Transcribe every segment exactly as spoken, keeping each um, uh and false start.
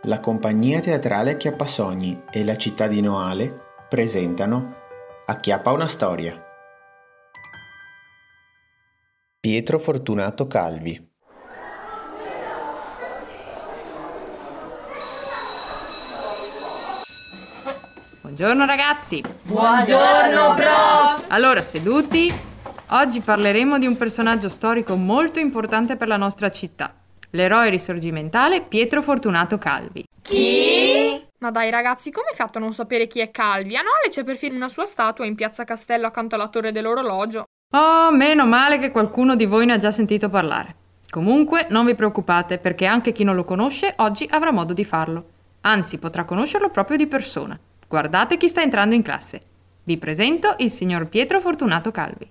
La compagnia teatrale Acchiappasogni e la città di Noale presentano Acchiappa una storia. Pietro Fortunato Calvi. Buongiorno ragazzi! Buongiorno prof! Allora, seduti. Oggi parleremo di un personaggio storico molto importante per la nostra città. L'eroe risorgimentale Pietro Fortunato Calvi. Chi? Ma dai ragazzi, come hai fatto a non sapere chi è Calvi? A Noale c'è perfino una sua statua in Piazza Castello accanto alla torre dell'orologio. Oh, meno male che qualcuno di voi ne ha già sentito parlare. Comunque, non vi preoccupate, perché anche chi non lo conosce oggi avrà modo di farlo. Anzi, potrà conoscerlo proprio di persona. Guardate chi sta entrando in classe. Vi presento il signor Pietro Fortunato Calvi.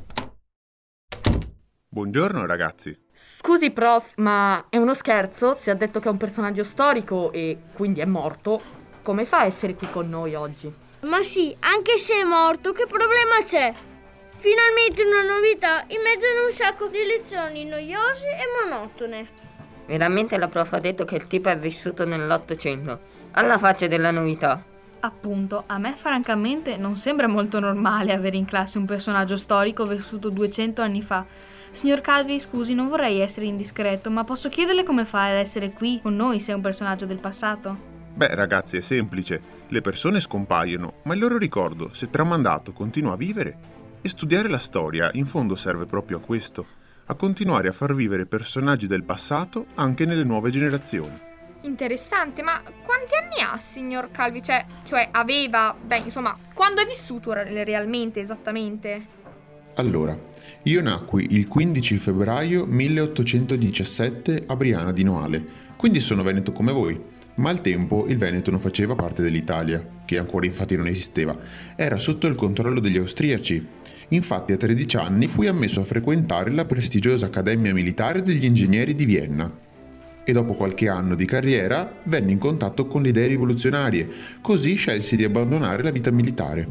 Buongiorno ragazzi. Scusi prof, ma è uno scherzo? Si è detto che è un personaggio storico e quindi è morto. Come fa a essere qui con noi oggi? Ma sì, anche se è morto, che problema c'è? Finalmente una novità in mezzo a un sacco di lezioni noiose e monotone. Veramente la prof ha detto che il tipo è vissuto nell'Ottocento. Alla faccia della novità. Appunto, a me francamente non sembra molto normale avere in classe un personaggio storico vissuto duecento anni fa. Signor Calvi, scusi, non vorrei essere indiscreto, ma posso chiederle come fa ad essere qui con noi se è un personaggio del passato? Beh ragazzi, è semplice. Le persone scompaiono, ma il loro ricordo, se tramandato, continua a vivere. E studiare la storia, in fondo, serve proprio a questo, a continuare a far vivere personaggi del passato anche nelle nuove generazioni. Interessante, ma quanti anni ha, signor Calvi? Cioè, cioè aveva, beh, insomma, quando è vissuto realmente, esattamente? Allora, io nacqui il quindici febbraio milleottocentodiciassette a Briana di Noale, quindi sono veneto come voi, ma al tempo il Veneto non faceva parte dell'Italia, che ancora infatti non esisteva, era sotto il controllo degli austriaci. Infatti a tredici anni fui ammesso a frequentare la prestigiosa Accademia Militare degli Ingegneri di Vienna. E dopo qualche anno di carriera venni in contatto con le idee rivoluzionarie, così scelsi di abbandonare la vita militare.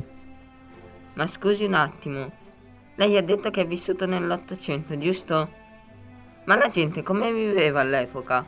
Ma scusi un attimo, lei ha detto che è vissuto nell'Ottocento, giusto? Ma la gente come viveva all'epoca?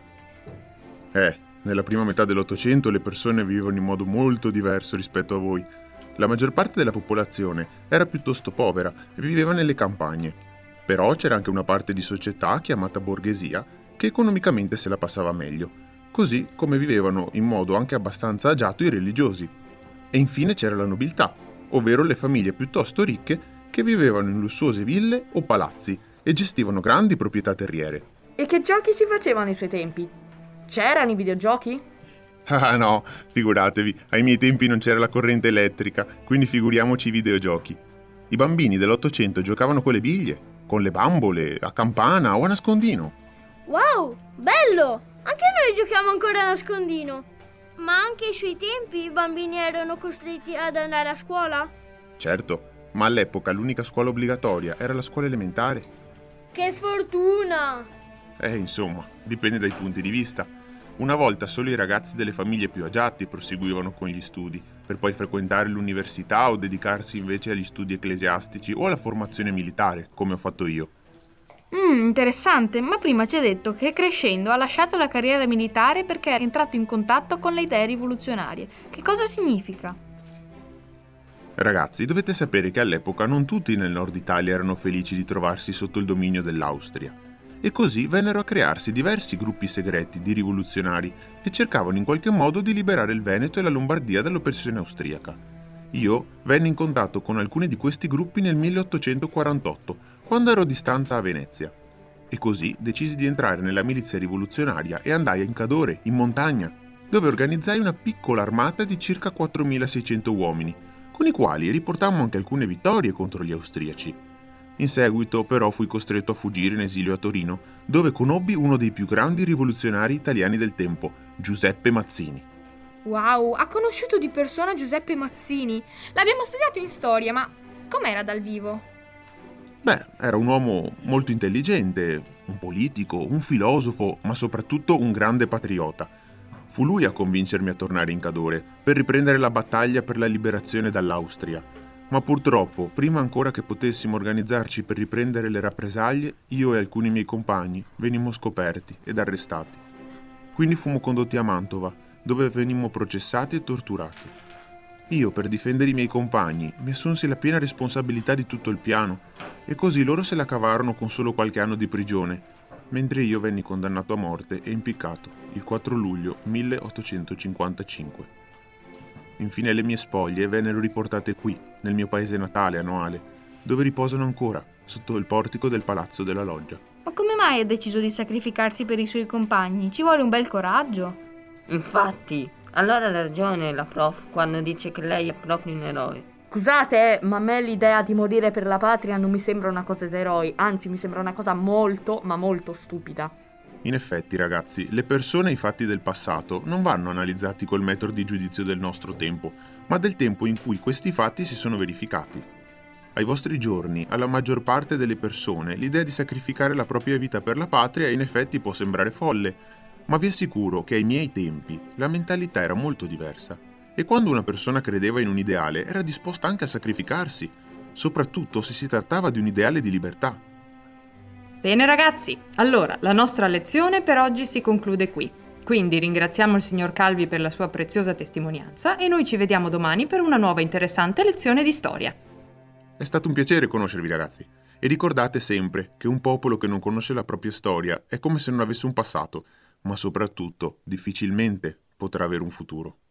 Eh, nella prima metà dell'Ottocento le persone vivevano in modo molto diverso rispetto a voi. La maggior parte della popolazione era piuttosto povera e viveva nelle campagne. Però c'era anche una parte di società chiamata borghesia che economicamente se la passava meglio, così come vivevano in modo anche abbastanza agiato i religiosi. E infine c'era la nobiltà, ovvero le famiglie piuttosto ricche che vivevano in lussuose ville o palazzi e gestivano grandi proprietà terriere. E che giochi si facevano ai suoi tempi? C'erano i videogiochi? Ah no, figuratevi, ai miei tempi non c'era la corrente elettrica, quindi figuriamoci i videogiochi. I bambini dell'Ottocento giocavano con le biglie, con le bambole, a campana o a nascondino. Wow, bello! Anche noi giochiamo ancora a nascondino. Ma anche ai suoi tempi i bambini erano costretti ad andare a scuola? Certo, ma all'epoca l'unica scuola obbligatoria era la scuola elementare. Che fortuna! Eh, insomma, dipende dai punti di vista. Una volta solo i ragazzi delle famiglie più agiati proseguivano con gli studi, per poi frequentare l'università o dedicarsi invece agli studi ecclesiastici o alla formazione militare, come ho fatto io. Mmm, interessante, ma prima ci ha detto che crescendo ha lasciato la carriera militare perché è entrato in contatto con le idee rivoluzionarie. Che cosa significa? Ragazzi, dovete sapere che all'epoca non tutti nel nord Italia erano felici di trovarsi sotto il dominio dell'Austria. E così vennero a crearsi diversi gruppi segreti di rivoluzionari che cercavano in qualche modo di liberare il Veneto e la Lombardia dall'oppressione austriaca. Io venni in contatto con alcuni di questi gruppi nel milleottocentoquarantotto, quando ero di stanza a Venezia. E così decisi di entrare nella milizia rivoluzionaria e andai in Cadore, in montagna, dove organizzai una piccola armata di circa quattromilaseicento uomini, con i quali riportammo anche alcune vittorie contro gli austriaci. In seguito però fui costretto a fuggire in esilio a Torino, dove conobbi uno dei più grandi rivoluzionari italiani del tempo, Giuseppe Mazzini. Wow, ha conosciuto di persona Giuseppe Mazzini. L'abbiamo studiato in storia, ma com'era dal vivo? Beh, era un uomo molto intelligente, un politico, un filosofo, ma soprattutto un grande patriota. Fu lui a convincermi a tornare in Cadore, per riprendere la battaglia per la liberazione dall'Austria. Ma purtroppo, prima ancora che potessimo organizzarci per riprendere le rappresaglie, io e alcuni miei compagni venimmo scoperti ed arrestati. Quindi fummo condotti a Mantova dove venimmo processati e torturati. Io, per difendere i miei compagni, mi assunsi la piena responsabilità di tutto il piano, e così loro se la cavarono con solo qualche anno di prigione, mentre io venni condannato a morte e impiccato il quattro luglio milleottocentocinquantacinque. Infine le mie spoglie vennero riportate qui, nel mio paese natale, a Noale, dove riposano ancora, sotto il portico del Palazzo della Loggia. Ma come mai ha deciso di sacrificarsi per i suoi compagni? Ci vuole un bel coraggio. Infatti, allora ha ragione la prof quando dice che lei è proprio un eroe. Scusate, eh, ma a me l'idea di morire per la patria non mi sembra una cosa da eroi, anzi mi sembra una cosa molto, ma molto stupida. In effetti, ragazzi, le persone e i fatti del passato non vanno analizzati col metodo di giudizio del nostro tempo, ma del tempo in cui questi fatti si sono verificati. Ai vostri giorni, alla maggior parte delle persone, l'idea di sacrificare la propria vita per la patria in effetti può sembrare folle, ma vi assicuro che ai miei tempi la mentalità era molto diversa. E quando una persona credeva in un ideale era disposta anche a sacrificarsi, soprattutto se si trattava di un ideale di libertà. Bene ragazzi, allora la nostra lezione per oggi si conclude qui. Quindi ringraziamo il signor Calvi per la sua preziosa testimonianza e noi ci vediamo domani per una nuova interessante lezione di storia. È stato un piacere conoscervi, ragazzi. E ricordate sempre che un popolo che non conosce la propria storia è come se non avesse un passato, ma soprattutto difficilmente potrà avere un futuro.